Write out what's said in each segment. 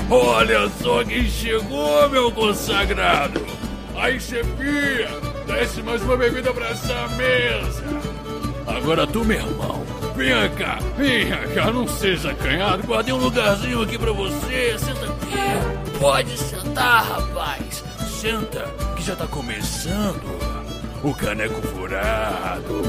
Olha só quem chegou, meu consagrado! Aí, chefia, desce mais uma bebida pra essa mesa! Agora tu, meu irmão, venha cá, não seja acanhado, guardei um lugarzinho aqui pra você, senta aqui. Pode sentar, rapaz, senta, que já tá começando o Caneco Furado.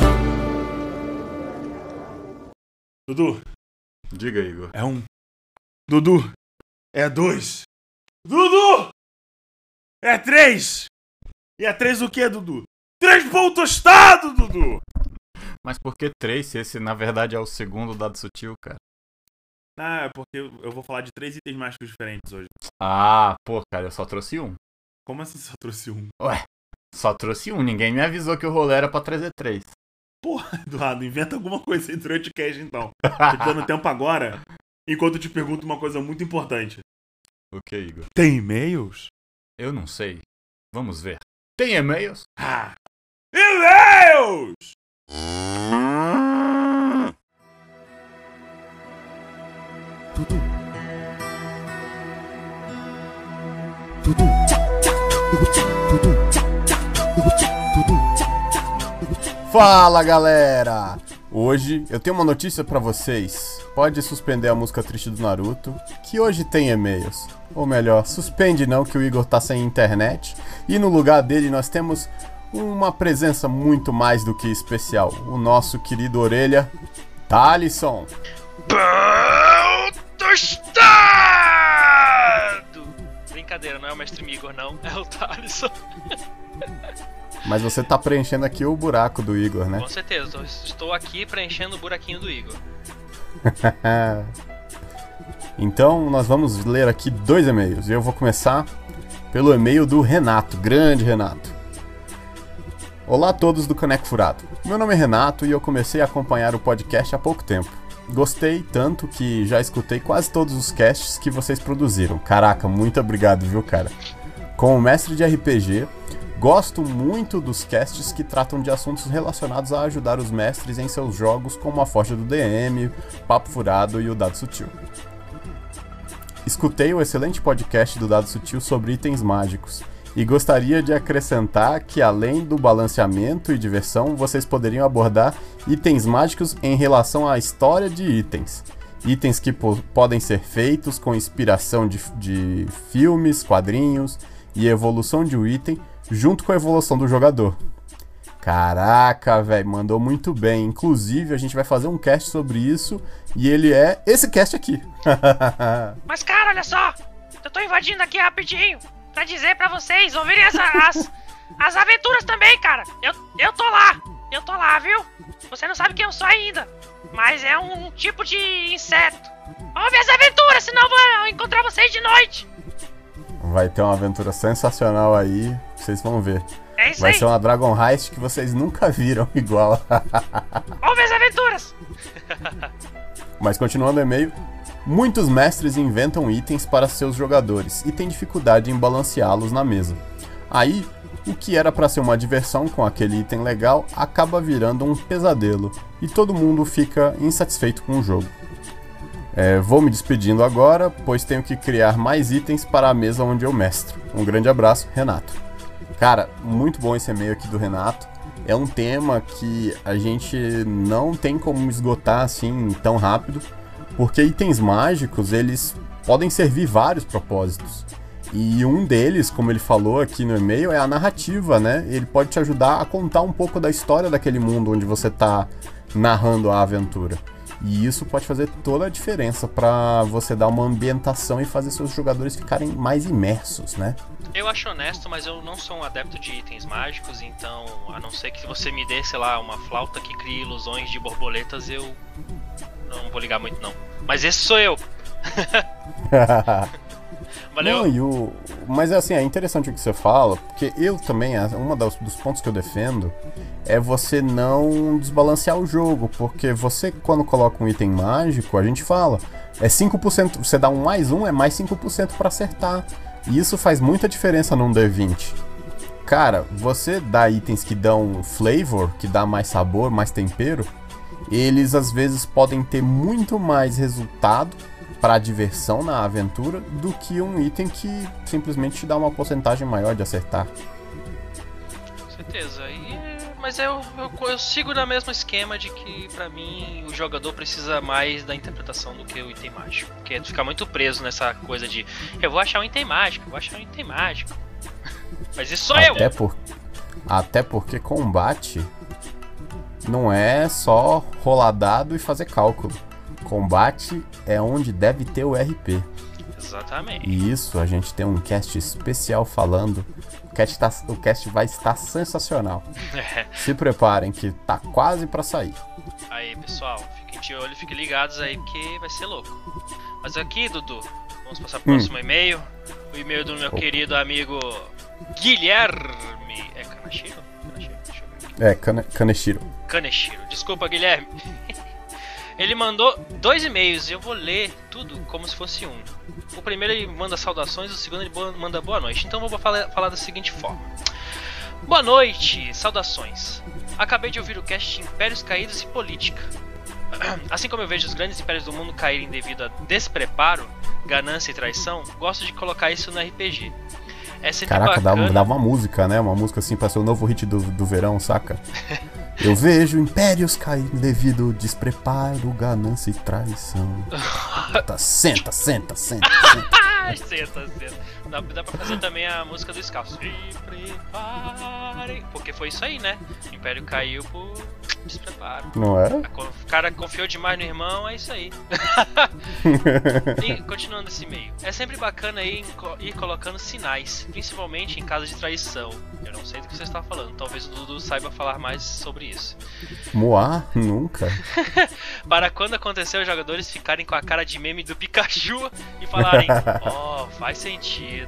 Dudu. Diga, Igor. É 1. Dudu. É 2. Dudu! É 3. E é 3 o quê, Dudu? 3 pão tostado, Dudu! Mas por que 3 se esse, na verdade, é o segundo dado sutil, cara? Ah, é porque eu vou falar de 3 itens mágicos diferentes hoje. Ah, pô, cara, eu só trouxe um. Como assim só trouxe um? Ué, só trouxe um. Ninguém me avisou que o rolê era pra trazer 3. Porra, Eduardo, inventa alguma coisa aí durante o cast, então. Tô te dando tempo agora, enquanto eu te pergunto uma coisa muito importante. O que, Igor? Tem e-mails? Eu não sei. Vamos ver. Tem e-mails? Ah! E-mails! Tudo. Tudo. Fala, galera! Hoje eu tenho uma notícia pra vocês. Pode suspender a música triste do Naruto, que hoje tem e-mails. Ou melhor, suspende não, que o Igor tá sem internet. E no lugar dele nós temos uma presença muito mais do que especial. O nosso querido orelha, Thalisson. Pão tostado! Brincadeira, não é o Mestre Igor, não. É o Thalisson. Mas você tá preenchendo aqui o buraco do Igor, né? Com certeza, estou aqui preenchendo o buraquinho do Igor. Então nós vamos ler aqui 2 e-mails. E eu vou começar pelo e-mail do Renato, grande Renato. Olá a todos do Caneco Furado. Meu nome é Renato e eu comecei a acompanhar o podcast há pouco tempo. Gostei tanto que já escutei quase todos os casts que vocês produziram. Caraca, muito obrigado, viu, cara? Como mestre de RPG, gosto muito dos casts que tratam de assuntos relacionados a ajudar os mestres em seus jogos, como a Forja do DM, Papo Furado e o Dado Sutil. Escutei o excelente podcast do Dado Sutil sobre itens mágicos e gostaria de acrescentar que, além do balanceamento e diversão, vocês poderiam abordar itens mágicos em relação à história de itens. Itens que podem ser feitos com inspiração de filmes, quadrinhos e evolução de um item junto com a evolução do jogador. Caraca, velho, mandou muito bem. Inclusive, a gente vai fazer um cast sobre isso e ele é esse cast aqui. Mas, cara, olha só. Eu tô invadindo aqui rapidinho pra dizer pra vocês ouvirem as aventuras também, cara. Eu tô lá, viu? Você não sabe quem eu sou ainda, mas é um tipo de inseto. Vamos ver as aventuras, senão eu vou encontrar vocês de noite. Vai ter uma aventura sensacional aí, vocês vão ver. É isso Vai aí. ser uma Dragon Heist que vocês nunca viram igual. Vamos ver as aventuras. Mas continuando o e-mail, muitos mestres inventam itens para seus jogadores e têm dificuldade em balanceá-los na mesa. Aí, o que era para ser uma diversão com aquele item legal acaba virando um pesadelo e todo mundo fica insatisfeito com o jogo. Vou me despedindo agora, pois tenho que criar mais itens para a mesa onde eu mestro. Um grande abraço, Renato. Cara, muito bom esse e-mail aqui do Renato. É um tema que a gente não tem como esgotar assim tão rápido, porque itens mágicos, eles podem servir vários propósitos. E um deles, como ele falou aqui no e-mail, é a narrativa, né? Ele pode te ajudar a contar um pouco da história daquele mundo onde você está narrando a aventura. E isso pode fazer toda a diferença para você dar uma ambientação e fazer seus jogadores ficarem mais imersos, né? Eu acho honesto, mas eu não sou um adepto de itens mágicos, então, a não ser que você me dê, sei lá, uma flauta que cria ilusões de borboletas, eu não vou ligar muito não. Mas esse sou eu. Valeu. Não, mas assim, é interessante o que você fala, porque eu também, dos pontos que eu defendo é você não desbalancear o jogo, porque você, quando coloca um item mágico, a gente fala, é 5%, você dá um mais um, é mais 5% pra acertar, e isso faz muita diferença num D20. Cara, você dá itens que dão flavor, que dá mais sabor, mais tempero, eles às vezes podem ter muito mais resultado pra diversão na aventura do que um item que simplesmente te dá uma porcentagem maior de acertar. Com certeza. Mas eu sigo no mesmo esquema de que, pra mim, o jogador precisa mais da interpretação do que o item mágico. Porque tu fica muito preso nessa coisa de eu vou achar um item mágico, Mas isso sou eu! Até porque combate não é só rolar dado e fazer cálculo. Combate é onde deve ter o RP. Exatamente. E isso a gente tem um cast especial falando. O cast vai estar sensacional. Se preparem que tá quase pra sair. Aí, pessoal, fiquem de olho, fiquem ligados aí, porque vai ser louco. Mas aqui, Dudu, vamos passar pro próximo e-mail. O e-mail do meu querido amigo Guilherme. É Kaneshiro? Kaneshiro. Desculpa, Guilherme. Ele mandou 2 e-mails e eu vou ler tudo como se fosse um. O primeiro ele manda saudações, o segundo ele manda boa noite. Então eu vou falar da seguinte forma. Boa noite, saudações. Acabei de ouvir o cast Impérios Caídos e Política. Assim como eu vejo os grandes impérios do mundo caírem devido a despreparo, ganância e traição, gosto de colocar isso no RPG. É sempre bacana. Dá uma música, né? Uma música assim pra ser o novo hit do verão, saca? Eu vejo impérios cair devido ao despreparo, ganância e traição. Senta. Senta. Dá pra fazer também a música do Scar. Se preparem. Porque foi isso aí, né? O império caiu por despreparo. Não é? O cara confiou demais no irmão, é isso aí. E continuando esse e-mail. É sempre bacana ir colocando sinais, principalmente em caso de traição. Eu não sei do que você está falando, talvez o Dudu saiba falar mais sobre isso. Moá? Nunca. Para quando acontecer os jogadores ficarem com a cara de meme do Pikachu e falarem, faz sentido.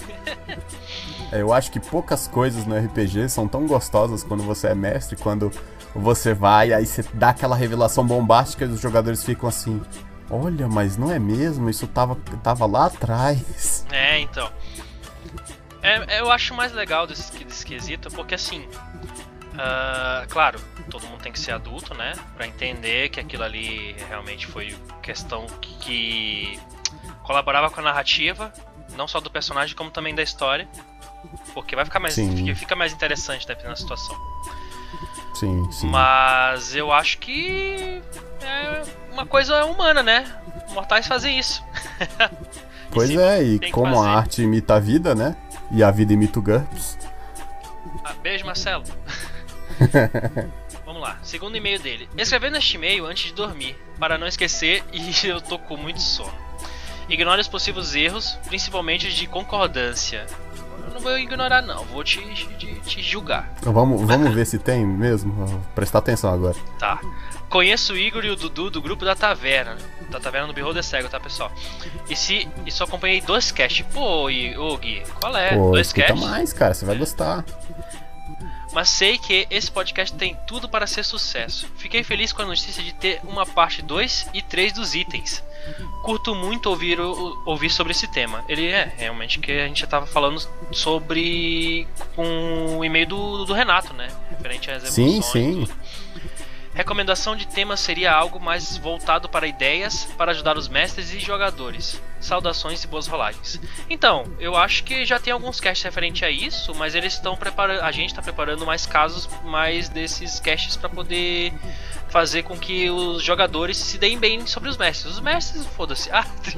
Eu acho que poucas coisas no RPG são tão gostosas quando você é mestre, quando você vai, aí você dá aquela revelação bombástica e os jogadores ficam assim, olha, mas não é mesmo? Isso tava lá atrás. Então. Eu acho mais legal desse quesito, porque assim, claro, todo mundo tem que ser adulto, né? Pra entender que aquilo ali realmente foi questão que colaborava com a narrativa, não só do personagem, como também da história. Porque vai ficar fica mais interessante, dependendo da situação. Sim. Mas eu acho que é uma coisa humana, né? Mortais fazem isso. Pois e como a arte imita a vida, né? E a vida imita o GURPS. Beijo, Marcelo. Vamos lá, segundo e-mail dele. Escrevendo este e-mail antes de dormir, para não esquecer e eu tô com muito sono. Ignore os possíveis erros, principalmente de concordância. Eu não vou ignorar não, vou te julgar. Vamos ver se tem mesmo? Vou prestar atenção agora. Tá. Conheço o Igor e o Dudu do grupo da Taverna. Da Taverna do Beholder Cego, tá, pessoal? E só acompanhei 2 casts. Pô, Gui, qual é? 2 casts? Mais, cara, você vai gostar. Mas sei que esse podcast tem tudo para ser sucesso. Fiquei feliz com a notícia de ter uma parte 2 e 3 dos itens. Curto muito ouvir sobre esse tema. Ele é realmente que a gente já estava falando sobre com o e-mail do Renato, né? Referente às emoções. Sim. Recomendação de tema seria algo mais voltado para ideias para ajudar os mestres e jogadores. Saudações e boas rolagens. Então, eu acho que já tem alguns casts referentes a isso, mas eles estão preparando. A gente está preparando mais casos, mais desses casts para poder fazer com que os jogadores se deem bem sobre os mestres. Os mestres, foda-se.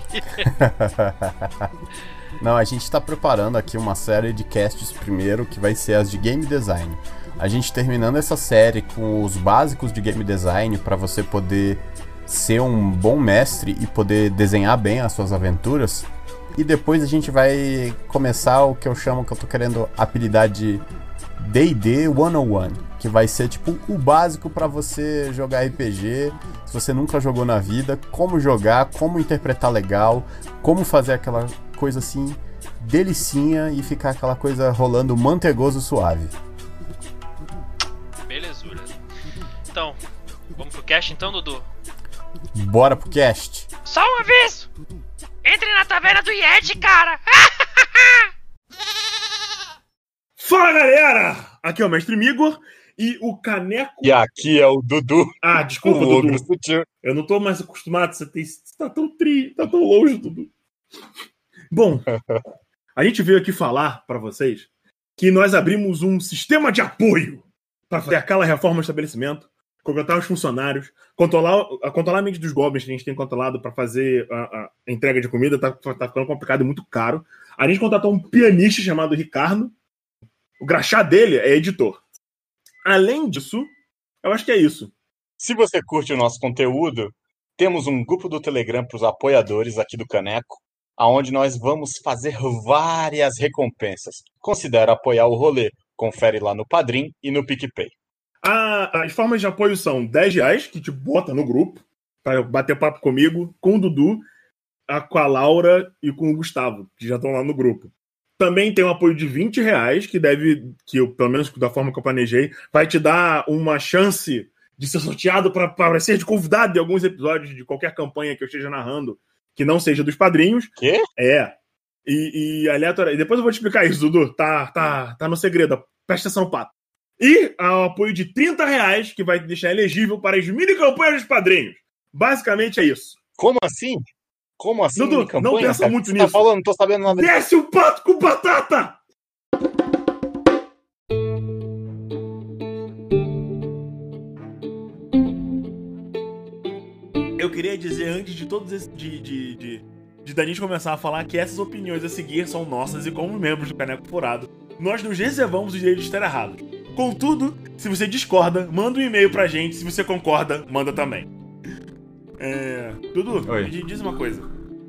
Não, a gente está preparando aqui uma série de casts primeiro, que vai ser as de game design. A gente terminando essa série com os básicos de game design para você poder ser um bom mestre e poder desenhar bem as suas aventuras. E depois a gente vai começar o que eu chamo, que eu tô querendo apelidar de D&D 101, que vai ser tipo o básico para você jogar RPG, se você nunca jogou na vida, como jogar, como interpretar legal, como fazer aquela coisa assim, delicinha e ficar aquela coisa rolando mantegoso suave. Belezura. Então, vamos pro cast então, Dudu? Bora pro cast. Só um aviso! Entre na taverna do Yeti, cara! Fala, galera! Aqui é o Mestre Migor E o caneco... E aqui é o Dudu. Ah, desculpa, o Dudu. ogro sutil. Eu não tô mais acostumado. Você tá tão tá tão longe, Dudu. Bom, a gente veio aqui falar pra vocês que nós abrimos um sistema de apoio para fazer aquela reforma do estabelecimento, contratar os funcionários, controlar a mente dos goblins que a gente tem controlado para fazer a entrega de comida. Tá ficando complicado e muito caro. A gente contratou um pianista chamado Ricardo. O crachá dele é editor. Além disso, eu acho que é isso. Se você curte o nosso conteúdo, temos um grupo do Telegram para os apoiadores aqui do Caneco, onde nós vamos fazer várias recompensas. Considera apoiar o rolê. Confere lá no Padrim e no PicPay. As formas de apoio são R$10, que te bota no grupo, para bater papo comigo, com o Dudu, com a Laura e com o Gustavo, que já estão lá no grupo. Também tem um apoio de R$20, que eu, pelo menos da forma que eu planejei, vai te dar uma chance de ser sorteado para ser de convidado em alguns episódios de qualquer campanha que eu esteja narrando, que não seja dos padrinhos. Quê? É. E aleatório. E depois eu vou te explicar isso, Dudu. Tá no segredo. Presta atenção, pato. E o apoio de R$30, que vai te deixar elegível para as mini campanhas dos padrinhos. Basicamente é isso. Como assim? Como assim? Dudu, não pensa muito nisso. Tá falando? Não tô sabendo nada. Desce o pato com batata! Eu queria dizer, antes de todos esses. Da gente começar a falar, que essas opiniões a seguir são nossas e, como membros do Caneco Furado, nós nos reservamos o direito de estar errados. Contudo, se você discorda, manda um e-mail pra gente. Se você concorda, manda também. Dudu, Oi. me diz uma coisa.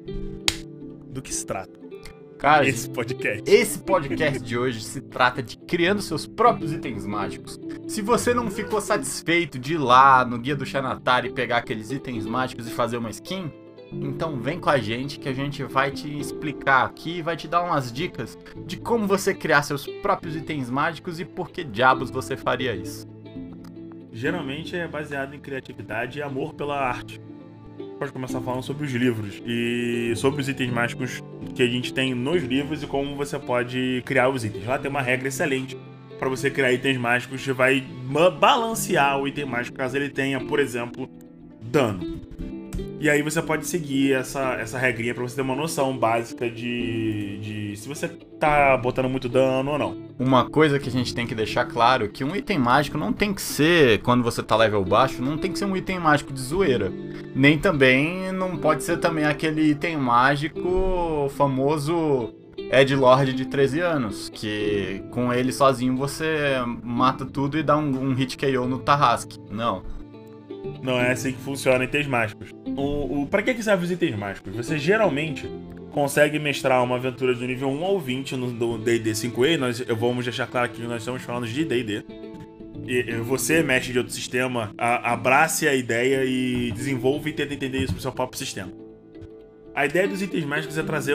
Do que se trata Cara, esse podcast? esse podcast de hoje se trata de criando seus próprios itens mágicos. Se você não ficou satisfeito de ir lá no Guia do Xanatar e pegar aqueles itens mágicos e fazer uma skin, então vem com a gente que a gente vai te explicar aqui e vai te dar umas dicas de como você criar seus próprios itens mágicos e por que diabos você faria isso. Geralmente é baseado em criatividade e amor pela arte. Pode começar falando sobre os livros e sobre os itens mágicos que a gente tem nos livros e como você pode criar os itens. Lá tem uma regra excelente para você criar itens mágicos que vai balancear o item mágico caso ele tenha, por exemplo, dano. E aí você pode seguir essa regrinha pra você ter uma noção básica de se você tá botando muito dano ou não. Uma coisa que a gente tem que deixar claro é que um item mágico não tem que ser, quando você tá level baixo, não tem que ser um item mágico de zoeira. Nem também, não pode ser também aquele item mágico famoso Edgelord de 13 anos, que com ele sozinho você mata tudo e dá um hit KO no Tarrasque. Não. Não é assim que funciona itens mágicos. Pra que servem os itens mágicos? Você geralmente consegue mestrar uma aventura do nível 1 ao 20 no D&D 5e. Vamos deixar claro que nós estamos falando de D&D. E você, mestre de outro sistema, abrace a ideia e desenvolva e tenta entender isso pro seu próprio sistema. A ideia dos itens mágicos é trazer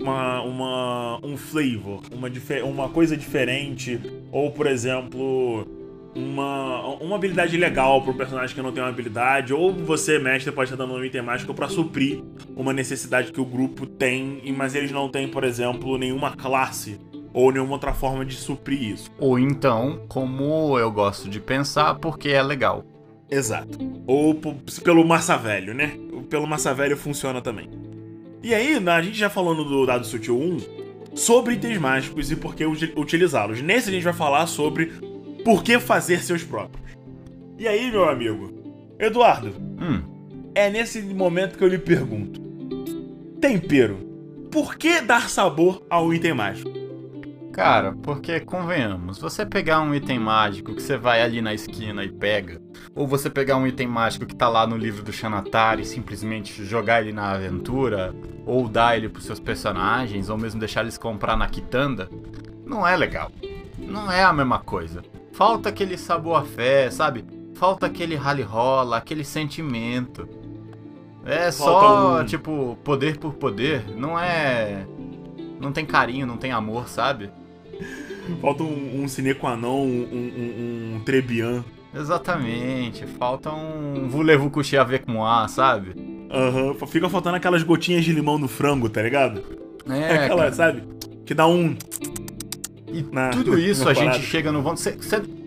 um flavor, uma coisa diferente, ou, por exemplo, uma habilidade legal pro personagem que não tem uma habilidade, ou você, mestre, pode estar dando um item mágico pra suprir uma necessidade que o grupo tem, mas eles não têm, por exemplo, nenhuma classe ou nenhuma outra forma de suprir isso. Ou então, como eu gosto de pensar, porque é legal. Exato. Ou pelo Massa Velho, né? Pelo Massa Velho funciona também. E aí, a gente já falando do Dado Sutil 1, sobre itens mágicos e por que utilizá-los. Nesse a gente vai falar sobre por que fazer seus próprios. E aí, meu amigo, Eduardo, é nesse momento que eu lhe pergunto. Tempero. Por que dar sabor ao item mágico? Cara, porque, convenhamos, você pegar um item mágico que você vai ali na esquina e pega, ou você pegar um item mágico que tá lá no livro do Xanatar e simplesmente jogar ele na aventura, ou dar ele pros seus personagens, ou mesmo deixar eles comprar na quitanda, não é legal. Não é a mesma coisa. Falta aquele sabor à fé, sabe? Falta aquele rally-rola, aquele sentimento. É só, tipo, poder por poder. Não é... Não tem carinho, não tem amor, sabe? Falta um sine qua non, um trebian. Exatamente. Falta um voulez-vous coucher avec moi, sabe? Fica faltando aquelas gotinhas de limão no frango, tá ligado? É, aquela, cara. sabe? Que dá um... E tudo isso a gente chega no... Você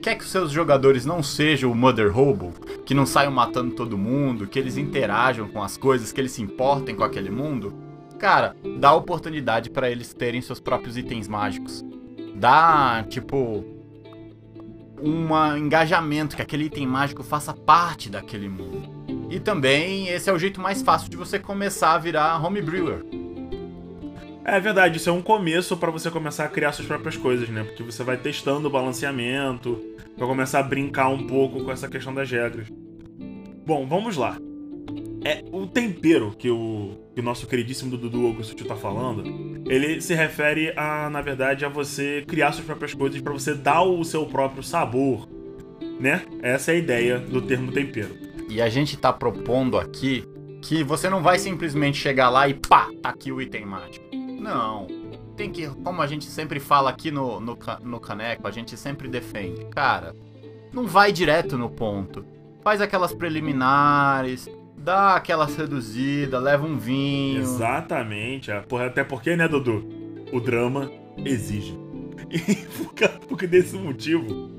quer que os seus jogadores não sejam o Mother Hobo, que não saiam matando todo mundo, que eles interajam com as coisas, que eles se importem com aquele mundo, cara, dá oportunidade pra eles terem seus próprios itens mágicos. Dá, tipo, um engajamento, que aquele item mágico faça parte daquele mundo. E também esse é o jeito mais fácil de você começar a virar homebrewer. É verdade, isso é um começo pra você começar a criar suas próprias coisas, né? Porque você vai testando o balanceamento, vai começar a brincar um pouco com essa questão das regras. Bom, vamos lá. O tempero que o nosso queridíssimo Dudu Augusto tá falando, ele se refere a, na verdade, a você criar suas próprias coisas pra você dar o seu próprio sabor, né? Essa é a ideia do termo tempero. E a gente tá propondo aqui que você não vai simplesmente chegar lá e pá, tá aqui o item mágico. Não. Tem que, como a gente sempre fala aqui no Caneco, a gente sempre defende. Cara, não vai direto no ponto. Faz aquelas preliminares, dá aquela reduzida, leva um vinho. Exatamente. Até porque, né, Dudu? O drama exige. E por desse motivo,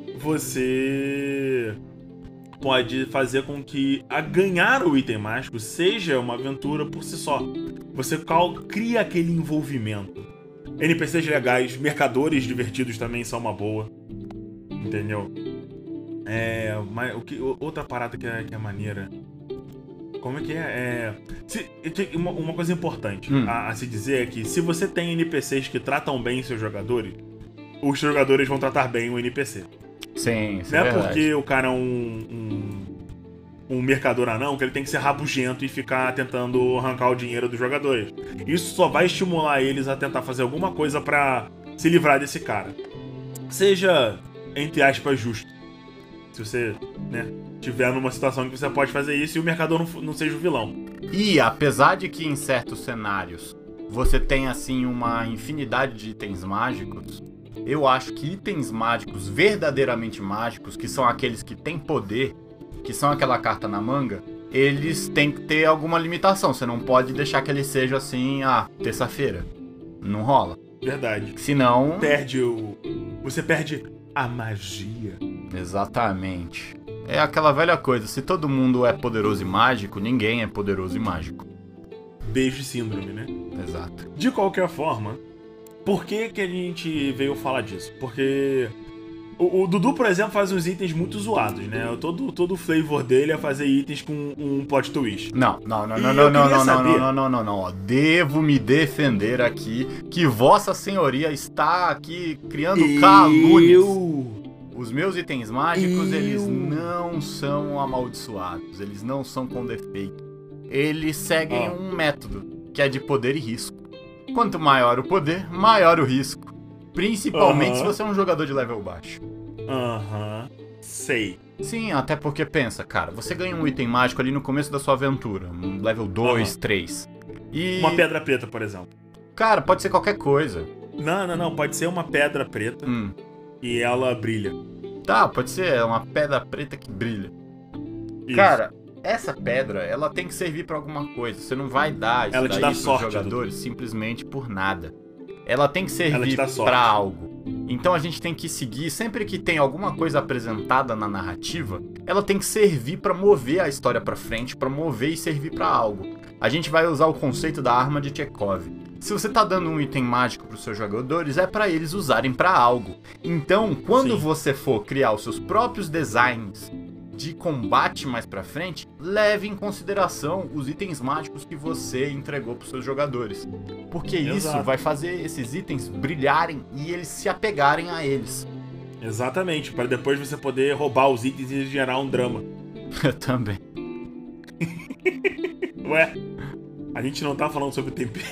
você pode fazer com que a ganhar o item mágico seja uma aventura por si só. Você cria aquele envolvimento. NPCs legais, mercadores divertidos também são uma boa. Entendeu? Outra parada que é maneira. Como é que é? Uma coisa importante a se dizer é que se você tem NPCs que tratam bem seus jogadores, os jogadores vão tratar bem o NPC. Sim, isso não é verdade. Porque o cara é um mercador anão que ele tem que ser rabugento e ficar tentando arrancar o dinheiro dos jogadores. Isso só vai estimular eles a tentar fazer alguma coisa pra se livrar desse cara. Seja, entre aspas, justo. Se você, né, tiver numa situação que você pode fazer isso e o mercador não seja o vilão. E apesar de que em certos cenários você tem assim uma infinidade de itens mágicos, eu acho que itens mágicos verdadeiramente mágicos, que são aqueles que têm poder, que são aquela carta na manga, eles têm que ter alguma limitação. Você não pode deixar que eles sejam assim, terça-feira. Não rola. Verdade. Senão... Você perde a magia. Exatamente. É aquela velha coisa, se todo mundo é poderoso e mágico, ninguém é poderoso e mágico. Beijo e síndrome, né? Exato. De qualquer forma, por que a gente veio falar disso? Porque o Dudu, por exemplo, faz uns itens muito zoados, né? Todo o flavor dele é fazer itens com um plot twist. Não. Ó, devo me defender aqui que Vossa Senhoria está aqui criando calúnias. Os meus itens mágicos, eles não são amaldiçoados, eles não são com defeito. Eles seguem um método, que é de poder e risco. Quanto maior o poder, maior o risco. Principalmente se você é um jogador de level baixo. Sei. Sim, até porque pensa, cara, você ganha um item mágico ali no começo da sua aventura, um level 2, 3. E... uma pedra preta, por exemplo. Cara, pode ser qualquer coisa. Não, pode ser uma pedra preta e ela brilha. Tá, pode ser uma pedra preta que brilha. Isso. Cara, essa pedra, ela tem que servir pra alguma coisa. Você não vai dar isso ela te daí dá pros sorte, jogadores simplesmente por nada. Ela tem que servir ela te dá pra algo. Então a gente tem que seguir, sempre que tem alguma coisa apresentada na narrativa, ela tem que servir pra mover a história pra frente, pra mover e servir pra algo. A gente vai usar o conceito da arma de Chekhov. Se você tá dando um item mágico pros seus jogadores, é pra eles usarem pra algo. Então, quando você for criar os seus próprios designs de combate mais pra frente, leve em consideração os itens mágicos que você entregou pros seus jogadores. Porque isso vai fazer esses itens brilharem e eles se apegarem a eles. Exatamente, para depois você poder roubar os itens e gerar um drama. Também. Ué, a gente não tá falando sobre tempero.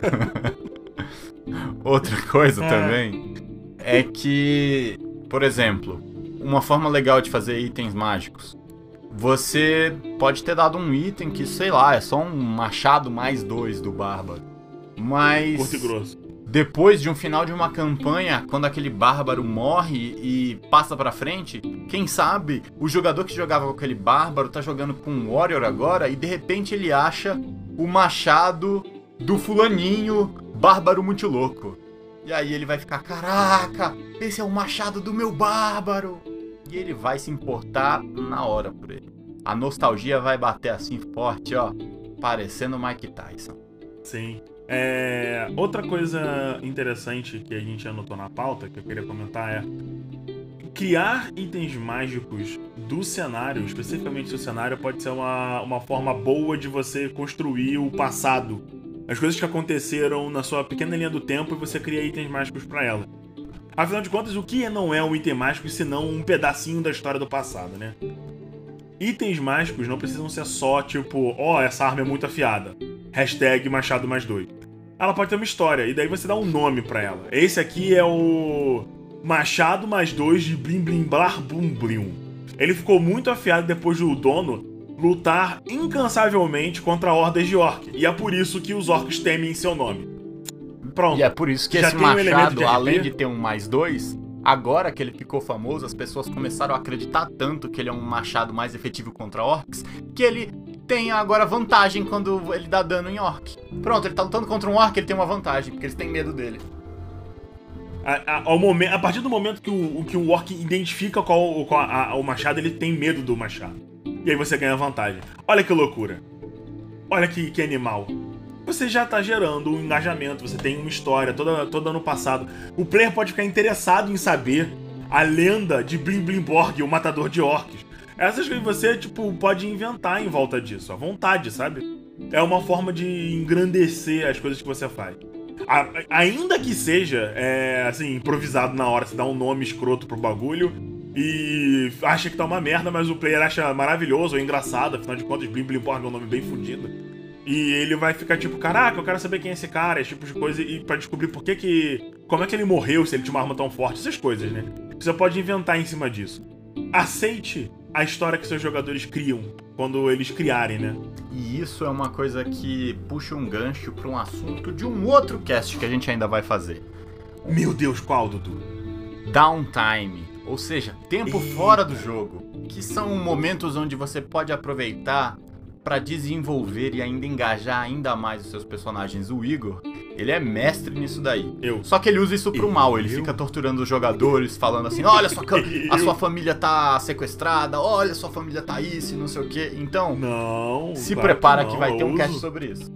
Outra coisa também é que, por exemplo, uma forma legal de fazer itens mágicos. Você pode ter dado um item que, sei lá, é só um machado mais 2 do bárbaro. Mas curto e grosso. Depois de um final de uma campanha, quando aquele bárbaro morre e passa pra frente, quem sabe o jogador que jogava com aquele bárbaro tá jogando com um warrior agora e de repente ele acha o machado do fulaninho bárbaro muito louco. E aí ele vai ficar, caraca, esse é o machado do meu bárbaro. e ele vai se importar na hora por ele. A nostalgia vai bater assim forte, ó, parecendo Mike Tyson. Sim. Outra coisa interessante que a gente anotou na pauta, que eu queria comentar é criar itens mágicos do cenário, especificamente do cenário, pode ser uma forma boa de você construir o passado. As coisas que aconteceram na sua pequena linha do tempo e você cria itens mágicos pra ela. Afinal de contas, o que não é um item mágico senão um pedacinho da história do passado, né? Itens mágicos não precisam ser só tipo, essa arma é muito afiada. # machado mais 2. Ela pode ter uma história, e daí você dá um nome pra ela. Esse aqui é o machado mais 2 de Blim Blim Blar Bum Blim. Ele ficou muito afiado depois do dono lutar incansavelmente contra hordas de orc. E é por isso que os orcs temem seu nome. Pronto. E é por isso que esse machado, além de ter um mais 2, agora que ele ficou famoso, as pessoas começaram a acreditar tanto que ele é um machado mais efetivo contra orcs, que ele tem agora vantagem quando ele dá dano em orc. Pronto, ele tá lutando contra um orc, ele tem uma vantagem, porque eles têm medo dele. A partir do momento que o orc identifica o machado, ele tem medo do machado. E aí você ganha vantagem. Olha que loucura. Olha que animal. Você já tá gerando um engajamento, você tem uma história toda no passado. O player pode ficar interessado em saber a lenda de Blim Blim Borg, o matador de orcs. Essas coisas você, pode inventar em volta disso, à vontade, sabe? É uma forma de engrandecer as coisas que você faz. Ainda que seja, improvisado na hora, você dá um nome escroto pro bagulho e acha que tá uma merda, mas o player acha maravilhoso ou engraçado, afinal de contas, Blim Blim Borg é um nome bem fodido. E ele vai ficar tipo, caraca, eu quero saber quem é esse cara, esse tipo de coisa, e pra descobrir como é que ele morreu, se ele tinha uma arma tão forte, essas coisas, né? Você pode inventar em cima disso. Aceite a história que seus jogadores criam, quando eles criarem, né? E isso é uma coisa que puxa um gancho pra um assunto de um outro cast que a gente ainda vai fazer. Meu Deus, qual, Dudu? Downtime, ou seja, tempo fora do jogo, que são momentos onde você pode aproveitar para desenvolver e ainda engajar ainda mais os seus personagens. O Igor, ele é mestre nisso daí. Só que ele usa isso pro mal, ele fica torturando os jogadores, falando assim, olha, a sua família tá sequestrada, olha, sua família tá isso e não sei o que. Então, se prepara que vai ter um cast sobre isso.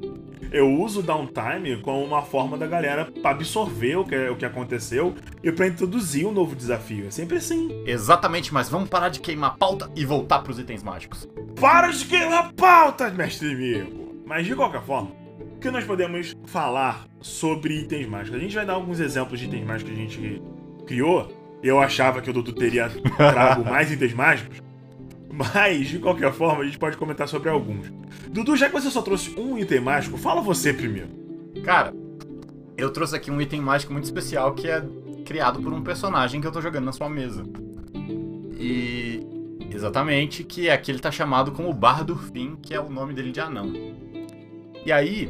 Eu uso o Downtime como uma forma da galera pra absorver o que aconteceu e pra introduzir um novo desafio. É sempre assim. Exatamente, mas vamos parar de queimar a pauta e voltar pros itens mágicos. Para de queimar a pauta, mestre amigo! Mas de qualquer forma, o que nós podemos falar sobre itens mágicos? A gente vai dar alguns exemplos de itens mágicos que a gente criou. Eu achava que o Dudu teria trago mais itens mágicos. Mas, de qualquer forma, a gente pode comentar sobre alguns. Dudu, já que você só trouxe um item mágico, fala você primeiro. Cara, eu trouxe aqui um item mágico muito especial que é criado por um personagem que eu tô jogando na sua mesa. E... exatamente, que aqui ele tá chamado como Bardo Fim, que é o nome dele de anão. E aí,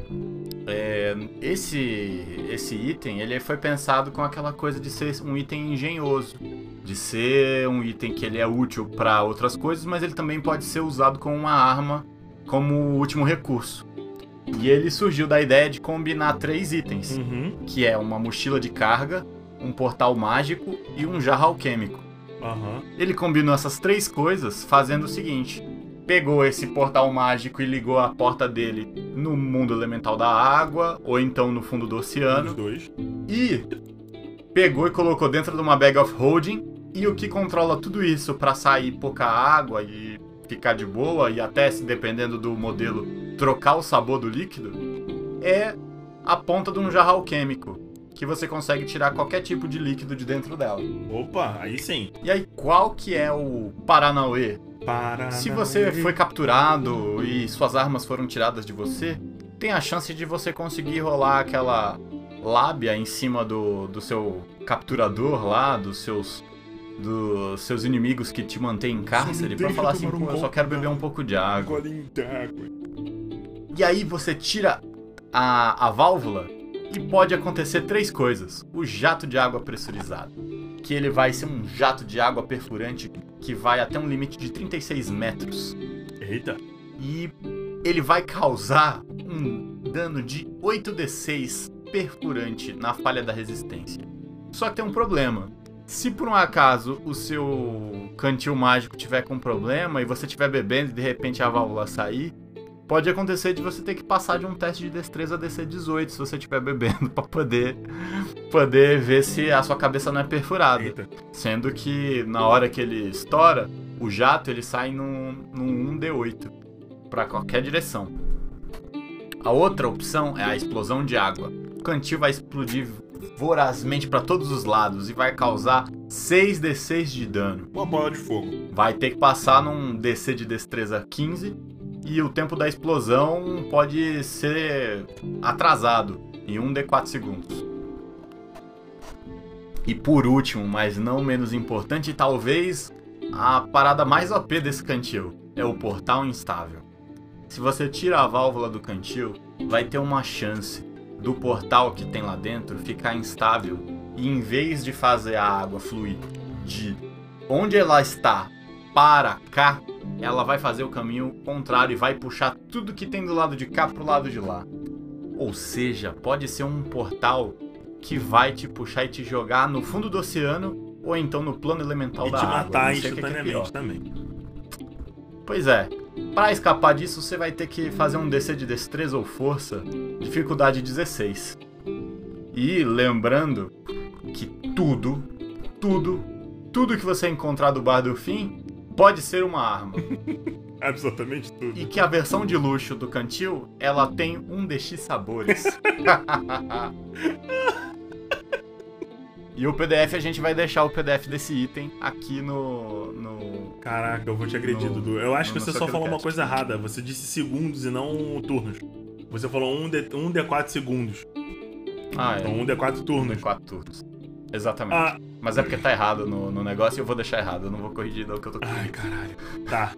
esse item, ele foi pensado com aquela coisa de ser um item engenhoso. De ser um item que ele é útil para outras coisas, mas ele também pode ser usado como uma arma, como último recurso. E ele surgiu da ideia de combinar 3 itens, que é uma mochila de carga, um portal mágico e um jarro alquêmico. Ele combinou essas 3 coisas fazendo o seguinte: pegou esse portal mágico e ligou a porta dele no mundo elemental da água, ou então no fundo do oceano. E pegou e colocou dentro de uma bag of holding. E o que controla tudo isso para sair pouca água e ficar de boa, e até, se dependendo do modelo, trocar o sabor do líquido, é a ponta de um jarro alquêmico, que você consegue tirar qualquer tipo de líquido de dentro dela. Opa, aí sim. E aí, qual que é o Paranauê? Se você foi capturado e suas armas foram tiradas de você, tem a chance de você conseguir rolar aquela lábia em cima do seu capturador lá, dos seus inimigos que te mantêm em cárcere, pra falar assim, pô, eu só quero beber um pouco de água. E aí você tira a válvula e pode acontecer 3 coisas. O jato de água pressurizado, que ele vai ser um jato de água perfurante que vai até um limite de 36 metros. Eita! E ele vai causar um dano de 8d6 perfurante na falha da resistência. Só que tem um problema. Se por um acaso o seu cantil mágico tiver com problema e você estiver bebendo e de repente a válvula sair, pode acontecer de você ter que passar de um teste de destreza DC 18 se você estiver bebendo pra poder ver se a sua cabeça não é perfurada. Eita. Sendo que na hora que ele estoura, o jato ele sai num 1d8 pra qualquer direção. A outra opção é a explosão de água. O cantil vai explodir vorazmente para todos os lados e vai causar 6d6 de dano. Uma bola de fogo. Vai ter que passar num DC de destreza 15 e o tempo da explosão pode ser atrasado em 1d4 segundos. E por último, mas não menos importante, talvez a parada mais OP desse cantil é o portal instável. Se você tira a válvula do cantil, vai ter uma chance do portal que tem lá dentro ficar instável e em vez de fazer a água fluir de onde ela está para cá, ela vai fazer o caminho contrário e vai puxar tudo que tem do lado de cá pro lado de lá. Ou seja, pode ser um portal que vai te puxar e te jogar no fundo do oceano ou então no plano elemental E da te água. matar Não sei o que é instantaneamente pior. também. Pois é, para escapar disso você vai ter que fazer um DC de destreza ou força, dificuldade 16. E lembrando que tudo que você encontrar do Bar do Fim pode ser uma arma. Absolutamente tudo. E que a versão de luxo do cantil, ela tem um DX sabores. E o PDF, a gente vai deixar o PDF desse item aqui no... Caraca, eu vou te agredir, Dudu. Eu acho que você só falou uma Socialcast. coisa errada. Você disse segundos e não turnos. Você falou 1d4 segundos. Ah, é. Então 1d4 turnos. 4 turnos. Exatamente. Ah, Mas é porque tá errado no negócio e eu vou deixar errado. Eu não vou corrigir não, que eu tô ai, caralho. Tá.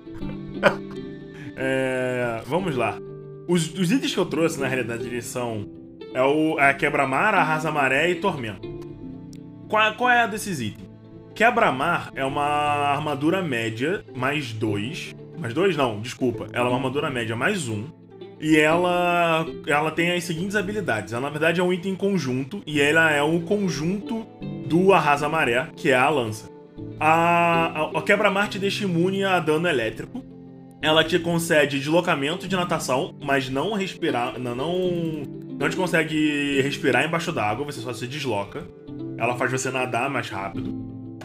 Vamos lá. Os itens que eu trouxe, na realidade, eles são a Quebra-Mar, Arrasa-Maré e Tormento. Qual é a desses itens? Quebra-Mar é uma armadura média mais 2. Mais 2 não, desculpa. Ela é uma armadura média mais 1. E ela tem as seguintes habilidades. Ela, na verdade, é um item conjunto. E ela é um conjunto do Arrasa-Maré, que é a lança. A Quebra-Mar te deixa imune a dano elétrico. Ela te concede deslocamento de natação, mas não respirar. Não te consegue respirar embaixo d'água, você só se desloca. Ela faz você nadar mais rápido.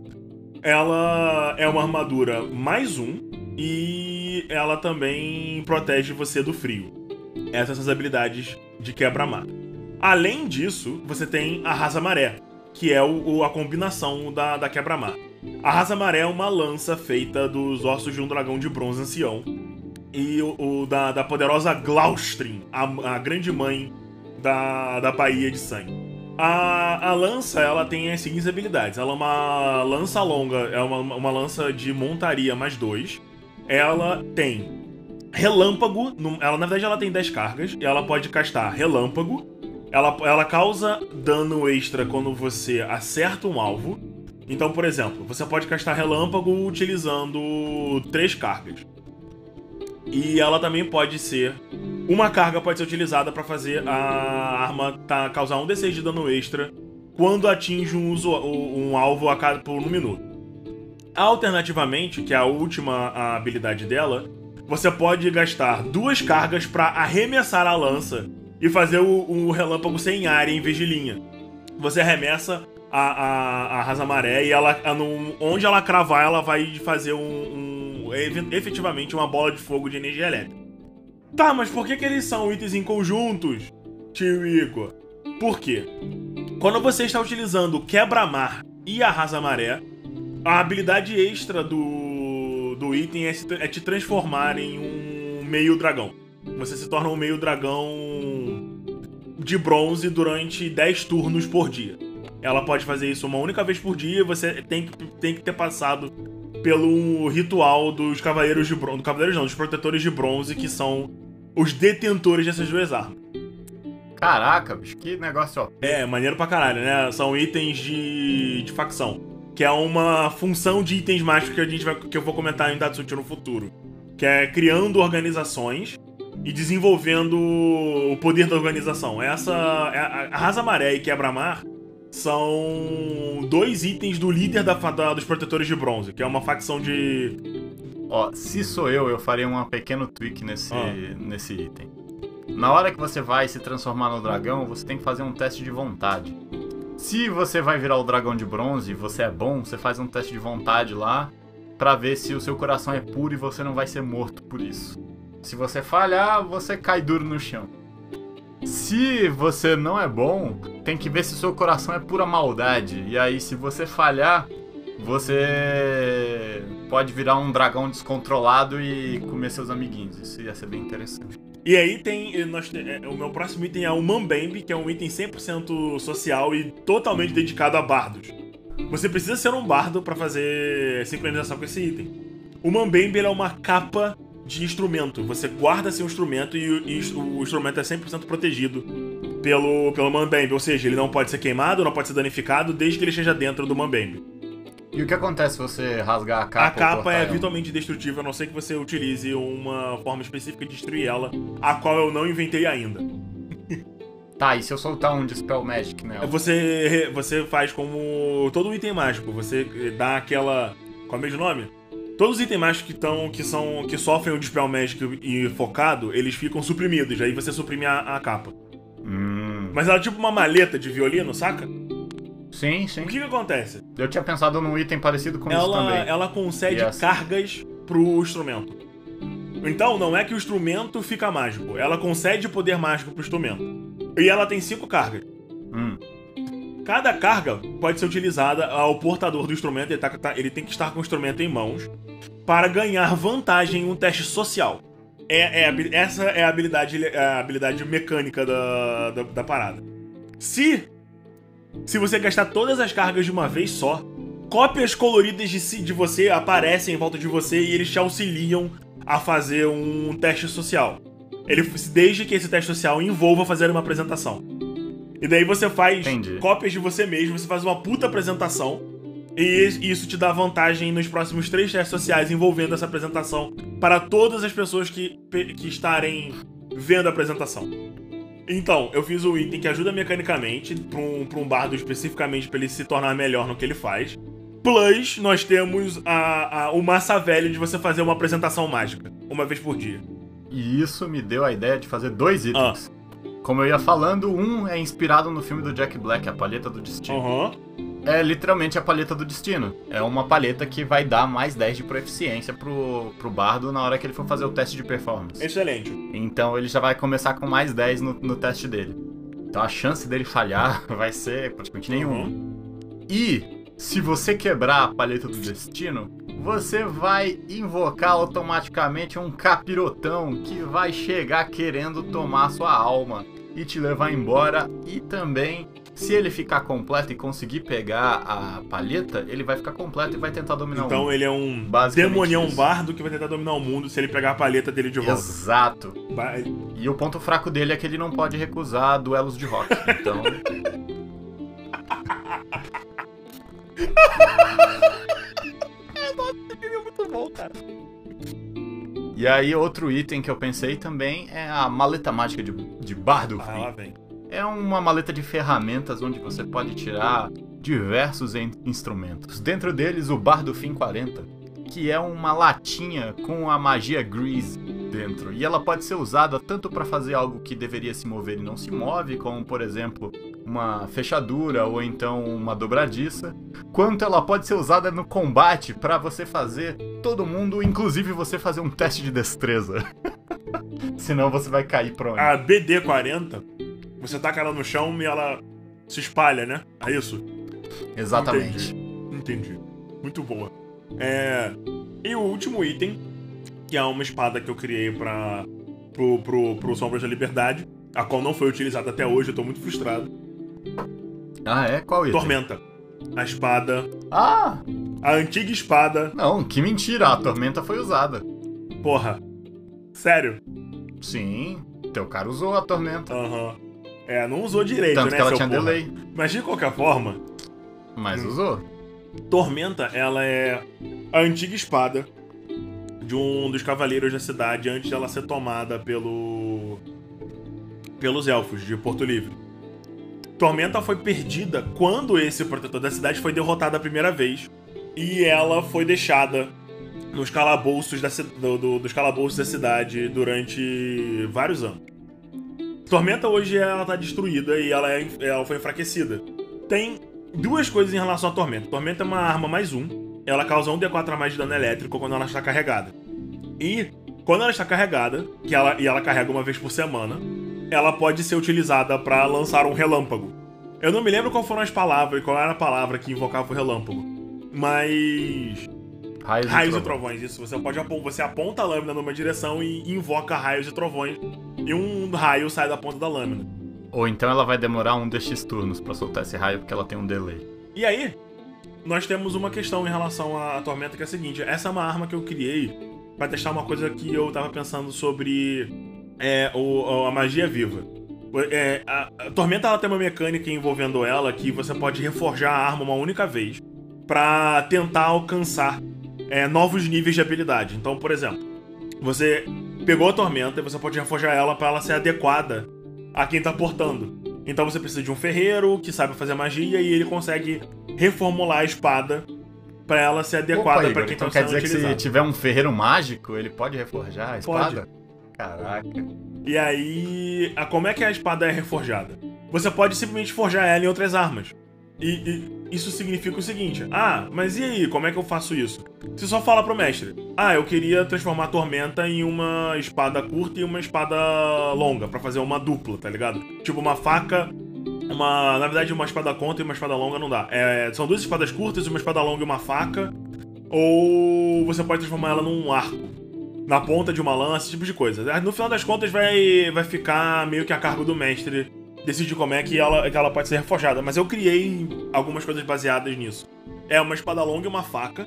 Ela é uma armadura mais 1 e ela também protege você do frio. Essas são as habilidades de Quebra-Mar. Além disso, você tem Arrasa-Maré, que é a combinação da Quebra-Mar. Arrasa-Maré é uma lança feita dos ossos de um dragão de bronze ancião e da poderosa Glaustrin, a grande mãe da Baía de Sangue. A lança, ela tem as seguintes habilidades. Ela é uma lança longa, é uma lança de montaria mais 2. Ela tem relâmpago, na verdade ela tem 10 cargas, e ela pode castar relâmpago. Ela causa dano extra quando você acerta um alvo. Então, por exemplo, você pode castar relâmpago utilizando 3 cargas. E ela também pode ser... Uma carga pode ser utilizada para fazer a arma causar um D6 de dano extra quando atinge um alvo por um minuto. Alternativamente, que é a última habilidade dela, você pode gastar 2 cargas para arremessar a lança e fazer o relâmpago sem área em vez de linha. Você arremessa a Arrasa-Maré e onde ela cravar, ela vai fazer efetivamente uma bola de fogo de energia elétrica. Tá, mas por que eles são itens em conjuntos, tio Igor? Por quê? Quando você está utilizando Quebra-Mar e Arrasa-Maré, a habilidade extra do item é te transformar em um meio dragão. Você se torna um meio dragão de bronze durante 10 turnos por dia. Ela pode fazer isso uma única vez por dia e você tem que ter passado pelo ritual dos Cavaleiros de Bronze. Dos Protetores de Bronze, que são os detentores dessas 2 armas. Caraca, bicho, que negócio, ó. É, maneiro pra caralho, né? São itens de facção. Que é uma função de itens mágicos que eu vou comentar em Datsuki no futuro. Que é criando organizações e desenvolvendo o poder da organização. A Arrasa-Maré e Quebra-Mar são 2 itens do líder dos Protetores de Bronze, que é uma facção de... Ó, se sou eu faria um pequeno tweak nesse item. Na hora que você vai se transformar no dragão, você tem que fazer um teste de vontade. Se você vai virar o dragão de bronze e você é bom, você faz um teste de vontade lá pra ver se o seu coração é puro e você não vai ser morto por isso. Se você falhar, você cai duro no chão. Se você não é bom, tem que ver se o seu coração é pura maldade. E aí, se você falhar, você pode virar um dragão descontrolado e comer seus amiguinhos. Isso ia ser bem interessante. E aí o meu próximo item é o Mambembe, que é um item 100% social e totalmente dedicado a bardos. Você precisa ser um bardo pra fazer sincronização com esse item. O Mambembe é uma capa de instrumento. Você guarda seu instrumento e o instrumento é 100% protegido pelo Mambembe. Ou seja, ele não pode ser queimado, não pode ser danificado, desde que ele esteja dentro do Mambembe. E o que acontece se você rasgar a capa? A capa é virtualmente destrutível, a não ser que você utilize uma forma específica de destruir ela, a qual eu não inventei ainda. Tá, e se eu soltar um Dispel Magic nela? Você faz como todo item mágico, você dá aquela... Qual é o mesmo nome? Todos os itens mágicos que sofrem o Dispel Magic e focado, eles ficam suprimidos, aí você suprime a capa. Mas ela é tipo uma maleta de violino, saca? Sim, sim. O que acontece? Eu tinha pensado num item parecido com isso também. Ela concede cargas pro instrumento. Então, não é que o instrumento fica mágico. Ela concede poder mágico pro instrumento. E ela tem 5 cargas. Cada carga pode ser utilizada ao portador do instrumento. Ele tem que estar com o instrumento em mãos para ganhar vantagem em um teste social. Essa é a habilidade mecânica da parada. Se você gastar todas as cargas de uma vez só, cópias coloridas de você aparecem em volta de você e eles te auxiliam a fazer um teste social. Desde que esse teste social envolva fazer uma apresentação. E daí você faz cópias de você mesmo, você faz uma puta apresentação, e isso te dá vantagem nos próximos 3 testes sociais envolvendo essa apresentação para todas as pessoas que estarem vendo a apresentação. Então, eu fiz um item que ajuda mecanicamente pra um bardo especificamente pra ele se tornar melhor no que ele faz. Plus, nós temos o massa velho de você fazer uma apresentação mágica, uma vez por dia. E isso me deu a ideia de fazer 2 itens. Como eu ia falando, um é inspirado no filme do Jack Black, A Palheta do Destino. É literalmente a Palheta do Destino. É uma palheta que vai dar mais 10 de proficiência pro bardo na hora que ele for fazer o teste de performance. Excelente. Então ele já vai começar com mais 10 no teste dele. Então a chance dele falhar vai ser praticamente nenhuma. E se você quebrar a Palheta do Destino, você vai invocar automaticamente um capirotão que vai chegar querendo tomar sua alma e te levar embora. E também, se ele ficar completo e conseguir pegar a palheta, ele vai ficar completo e vai tentar dominar o mundo. Então ele é um demonião bardo que vai tentar dominar o mundo se ele pegar a palheta dele de volta. Exato. E o ponto fraco dele é que ele não pode recusar duelos de rock. Então... Nossa, esse filme é muito bom, cara. E aí, outro item que eu pensei também é a maleta mágica de Bardo Free. Lá vem. É uma maleta de ferramentas onde você pode tirar diversos instrumentos. Dentro deles, o Bardufin 40, que é uma latinha com a magia Grease dentro. E ela pode ser usada tanto para fazer algo que deveria se mover e não se move, como, por exemplo, uma fechadura ou então uma dobradiça, quanto ela pode ser usada no combate para você fazer todo mundo, inclusive você fazer um teste de destreza. Senão você vai cair pronto. A BD-40, você taca ela no chão e ela se espalha, né? É isso? Exatamente. Entendi. Muito boa. E o último item, que é uma espada que eu criei pro Sombras da Liberdade, a qual não foi utilizada até hoje, eu tô muito frustrado. Ah, é? Qual item? Tormenta. A espada. Ah! A antiga espada. Não, que mentira, a tormenta foi usada. Porra. Sério? Sim, teu cara usou a tormenta. Aham. Não usou direito, tanto né, que ela seu tinha porra? delay. Mas de qualquer forma... Mas usou. Tormenta, ela é a antiga espada de um dos cavaleiros da cidade antes de ela ser tomada pelos elfos de Porto Livre. Tormenta foi perdida quando esse protetor da cidade foi derrotado a primeira vez e ela foi deixada nos calabouços dos calabouços da cidade durante vários anos. Tormenta hoje ela tá destruída e ela foi enfraquecida. Tem duas coisas em relação à Tormenta. Tormenta é uma arma +1, ela causa 1d4 a mais de dano elétrico quando ela está carregada. E quando ela está carregada, ela carrega uma vez por semana, ela pode ser utilizada para lançar um relâmpago. Eu não me lembro qual foram as palavras, qual era a palavra que invocava o relâmpago, mas... Raios e trovões, isso. Você aponta a lâmina numa direção e invoca raios e trovões, e um raio sai da ponta da lâmina. Ou então ela vai demorar 1 turnos pra soltar esse raio porque ela tem um delay. E aí, nós temos uma questão em relação à Tormenta, que é a seguinte. Essa é uma arma que eu criei pra testar uma coisa que eu tava pensando sobre a magia viva. A Tormenta ela tem uma mecânica envolvendo ela que você pode reforjar a arma uma única vez pra tentar alcançar novos níveis de habilidade. Então, por exemplo, você pegou a Tormenta e você pode reforjar ela pra ela ser adequada a quem tá portando. Então você precisa de um ferreiro que sabe fazer magia e ele consegue reformular a espada pra ela ser adequada pra quem então tá sendo utilizado. Quer dizer que se tiver um ferreiro mágico, ele pode reforjar a espada? Pode. Caraca. E aí, como é que a espada é reforjada? Você pode simplesmente forjar ela em outras armas. E isso significa o seguinte: mas e aí, como é que eu faço isso? Você só fala pro mestre: eu queria transformar a Tormenta em uma espada curta e uma espada longa, pra fazer uma dupla, tá ligado? Tipo uma faca, na verdade uma espada curta e uma espada longa não dá. São duas espadas curtas, uma espada longa e uma faca. Ou você pode transformar ela num arco, na ponta de uma lança, esse tipo de coisa. No final das contas vai ficar meio que a cargo do mestre decidir como é que ela pode ser reforjada. Mas eu criei algumas coisas baseadas nisso. É uma espada longa e uma faca.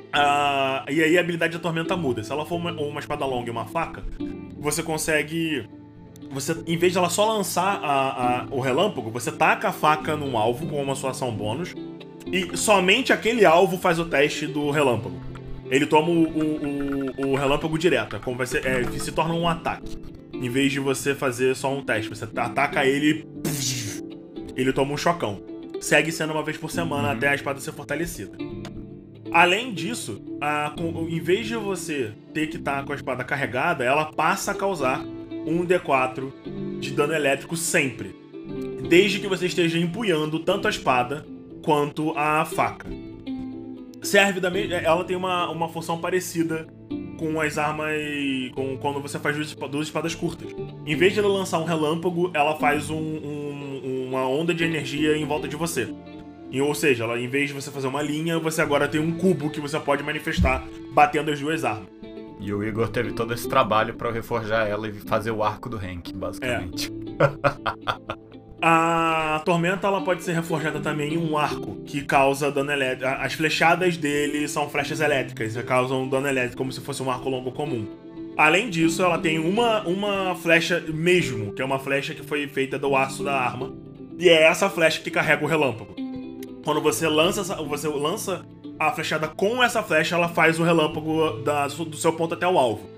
E aí a habilidade da Tormenta muda. Se ela for uma espada longa e uma faca, você consegue... em vez de ela só lançar o relâmpago, você taca a faca num alvo com uma sua ação bônus. E somente aquele alvo faz o teste do relâmpago. Ele toma o relâmpago direto. Como se torna um ataque. Em vez de você fazer só um teste, você ataca ele e ele toma um chocão. Segue sendo uma vez por semana até a espada ser fortalecida. Além disso, em vez de você ter que estar com a espada carregada, ela passa a causar 1d4 de dano elétrico sempre. Desde que você esteja empunhando tanto a espada quanto a faca. Ela tem uma função parecida com as armas, quando você faz duas espadas curtas. Em vez de ela lançar um relâmpago, ela faz uma onda de energia em volta de você. Ou seja, em vez de você fazer uma linha, você agora tem um cubo que você pode manifestar batendo as duas armas. E o Igor teve todo esse trabalho pra reforjar ela e fazer o arco do Hank, basicamente. A Tormenta ela pode ser reforjada também em um arco que causa dano elétrico. As flechadas dele são flechas elétricas e causam dano elétrico como se fosse um arco longo comum. Além disso, ela tem uma flecha mesmo, que é uma flecha que foi feita do aço da arma. E é essa flecha que carrega o relâmpago. Quando você lança a flechada com essa flecha, ela faz o relâmpago do seu ponto até o alvo.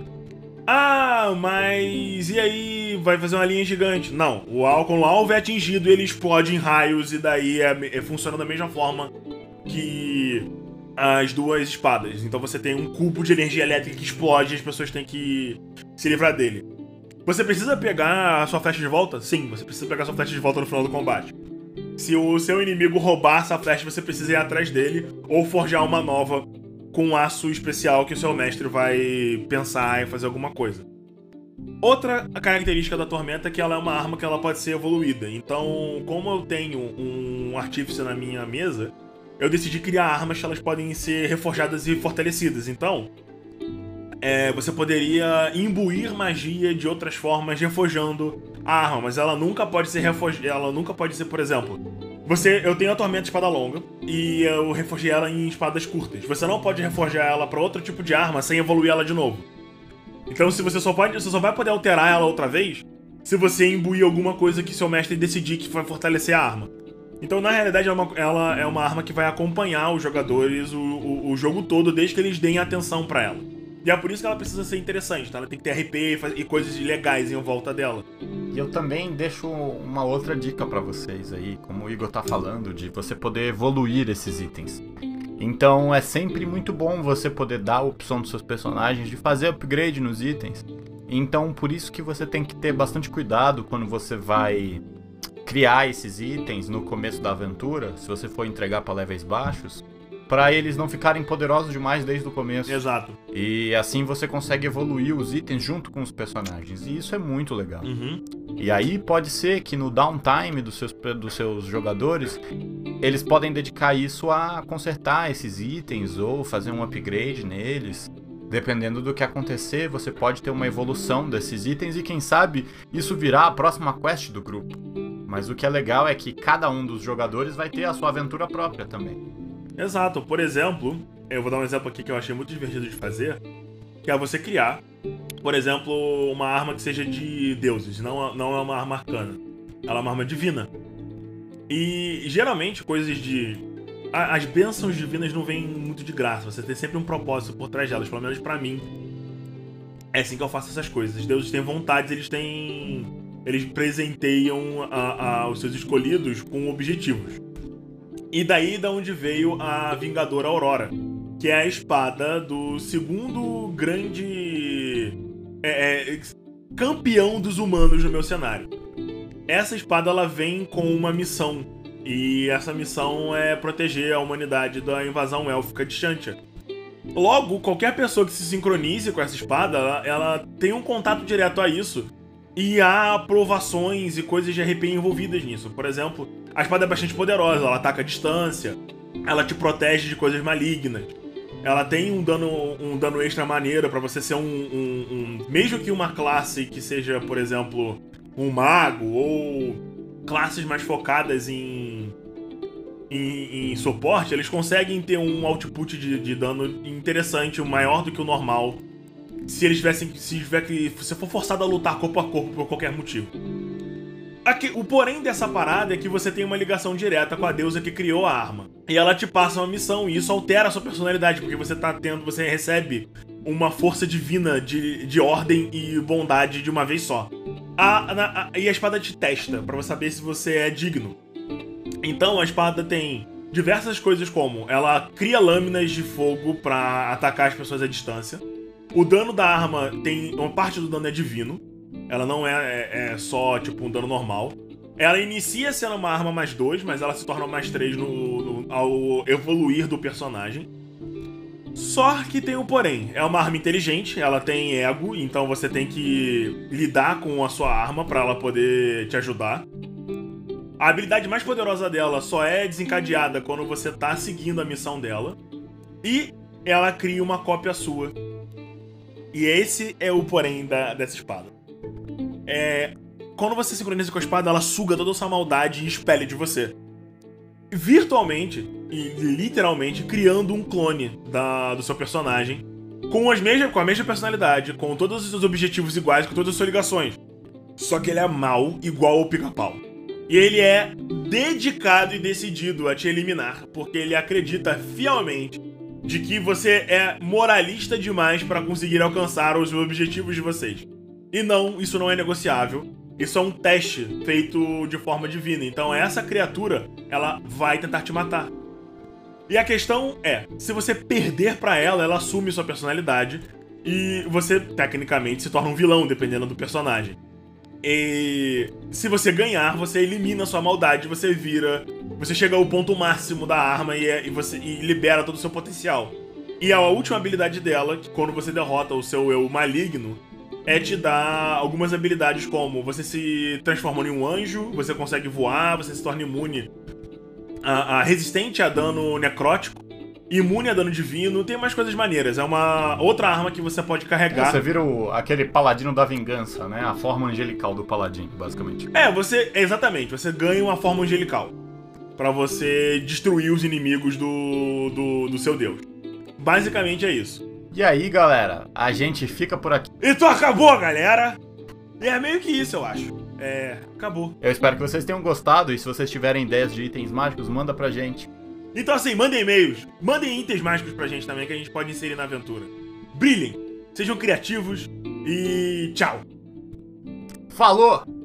Mas e aí vai fazer uma linha gigante? Não, quando o alvo é atingido, ele explode em raios e daí funciona da mesma forma que as duas espadas. Então você tem um cubo de energia elétrica que explode e as pessoas têm que se livrar dele. Você precisa pegar a sua flecha de volta? Sim, você precisa pegar a sua flecha de volta no final do combate. Se o seu inimigo roubar essa flecha, você precisa ir atrás dele ou forjar uma nova com um aço especial que o seu mestre vai pensar em fazer alguma coisa. Outra característica da Tormenta é que ela é uma arma que ela pode ser evoluída. Então, como eu tenho um artífice na minha mesa, eu decidi criar armas que elas podem ser reforjadas e fortalecidas. Então, você poderia imbuir magia de outras formas reforjando a arma, mas ela nunca pode ser por exemplo, eu tenho a Tormenta de espada longa e eu reforjei ela em espadas curtas. Você não pode reforjar ela para outro tipo de arma sem evoluir ela de novo. Então você só vai poder alterar ela outra vez se você imbuir alguma coisa que seu mestre decidir que vai fortalecer a arma. Então, na realidade, ela é uma arma que vai acompanhar os jogadores o jogo todo, desde que eles deem atenção pra ela. E é por isso que ela precisa ser interessante, tá? Ela tem que ter RP e coisas legais em volta dela. E eu também deixo uma outra dica pra vocês aí, como o Igor tá falando, de você poder evoluir esses itens. Então é sempre muito bom você poder dar a opção dos seus personagens de fazer upgrade nos itens. Então por isso que você tem que ter bastante cuidado quando você vai criar esses itens no começo da aventura, se você for entregar pra levels baixos, para eles não ficarem poderosos demais desde o começo. Exato. E assim você consegue evoluir os itens junto com os personagens. E isso é muito legal. Uhum. E aí pode ser que no downtime dos seus jogadores, eles podem dedicar isso a consertar esses itens ou fazer um upgrade neles. Dependendo do que acontecer, você pode ter uma evolução desses itens e quem sabe isso virar a próxima quest do grupo. Mas o que é legal é que cada um dos jogadores vai ter a sua aventura própria também. Exato. Por exemplo, eu vou dar um exemplo aqui que eu achei muito divertido de fazer, que é você criar, por exemplo, uma arma que seja de deuses, não é uma arma arcana. Ela é uma arma divina. E geralmente coisas de... As bênçãos divinas não vêm muito de graça, você tem sempre um propósito por trás delas, pelo menos pra mim. É assim que eu faço essas coisas. Os deuses têm vontades, eles presenteiam os seus escolhidos com objetivos. E daí da onde veio a Vingadora Aurora, que é a espada do segundo grande campeão dos humanos no meu cenário. Essa espada ela vem com uma missão, e essa missão é proteger a humanidade da invasão élfica de Shantia. Logo, qualquer pessoa que se sincronize com essa espada, ela tem um contato direto a isso. E há aprovações e coisas de RP envolvidas nisso. Por exemplo, a espada é bastante poderosa, ela ataca à distância, ela te protege de coisas malignas. Ela tem um dano extra maneiro pra você ser mesmo que uma classe que seja, por exemplo, um mago, ou classes mais focadas em suporte, eles conseguem ter um output de dano interessante, maior do que o normal, se você for forçado a lutar corpo a corpo por qualquer motivo. Aqui, o porém dessa parada é que você tem uma ligação direta com a deusa que criou a arma. E ela te passa uma missão, e isso altera a sua personalidade, porque você recebe uma força divina de ordem e bondade de uma vez só. E a espada te testa, pra você saber se você é digno. Então a espada tem diversas coisas, como ela cria lâminas de fogo pra atacar as pessoas à distância. O dano da arma uma parte do dano é divino. Ela não é só tipo um dano normal. Ela inicia sendo uma arma mais 2, mas ela se torna mais 3 ao evoluir do personagem. Só que tem um porém. É uma arma inteligente, ela tem ego, então você tem que lidar com a sua arma pra ela poder te ajudar. A habilidade mais poderosa dela só é desencadeada quando você tá seguindo a missão dela. E ela cria uma cópia sua. E esse é o porém dessa espada. Quando você sincroniza com a espada, ela suga toda essa maldade e expele de você. Virtualmente e literalmente criando um clone do seu personagem com a mesma personalidade, com todos os seus objetivos iguais, com todas as suas ligações. Só que ele é mau igual ao Pica-Pau. E ele é dedicado e decidido a te eliminar, porque ele acredita fielmente de que você é moralista demais para conseguir alcançar os objetivos de vocês. E não, isso não é negociável. Isso é um teste feito de forma divina. Então essa criatura, ela vai tentar te matar. E a questão é, se você perder pra ela, ela assume sua personalidade e você, tecnicamente, se torna um vilão, dependendo do personagem. E se você ganhar, você elimina sua maldade, você chega ao ponto máximo da arma e libera todo o seu potencial. E a última habilidade dela, quando você derrota o seu eu maligno, é te dar algumas habilidades como você se transforma em um anjo, você consegue voar, você se torna imune resistente a dano necrótico, imune a dano divino, tem umas coisas maneiras. É uma outra arma que você pode carregar. Você vira aquele paladino da vingança, né? A forma angelical do paladino, basicamente. Exatamente, você ganha uma forma angelical pra você destruir os inimigos do seu deus. Basicamente é isso. E aí, galera, a gente fica por aqui. Então acabou, galera! E é meio que isso, eu acho. Acabou. Eu espero que vocês tenham gostado, e se vocês tiverem ideias de itens mágicos, manda pra gente. Então assim, mandem e-mails, mandem itens mágicos pra gente também, que a gente pode inserir na aventura. Brilhem! sejam criativos e tchau. Falou!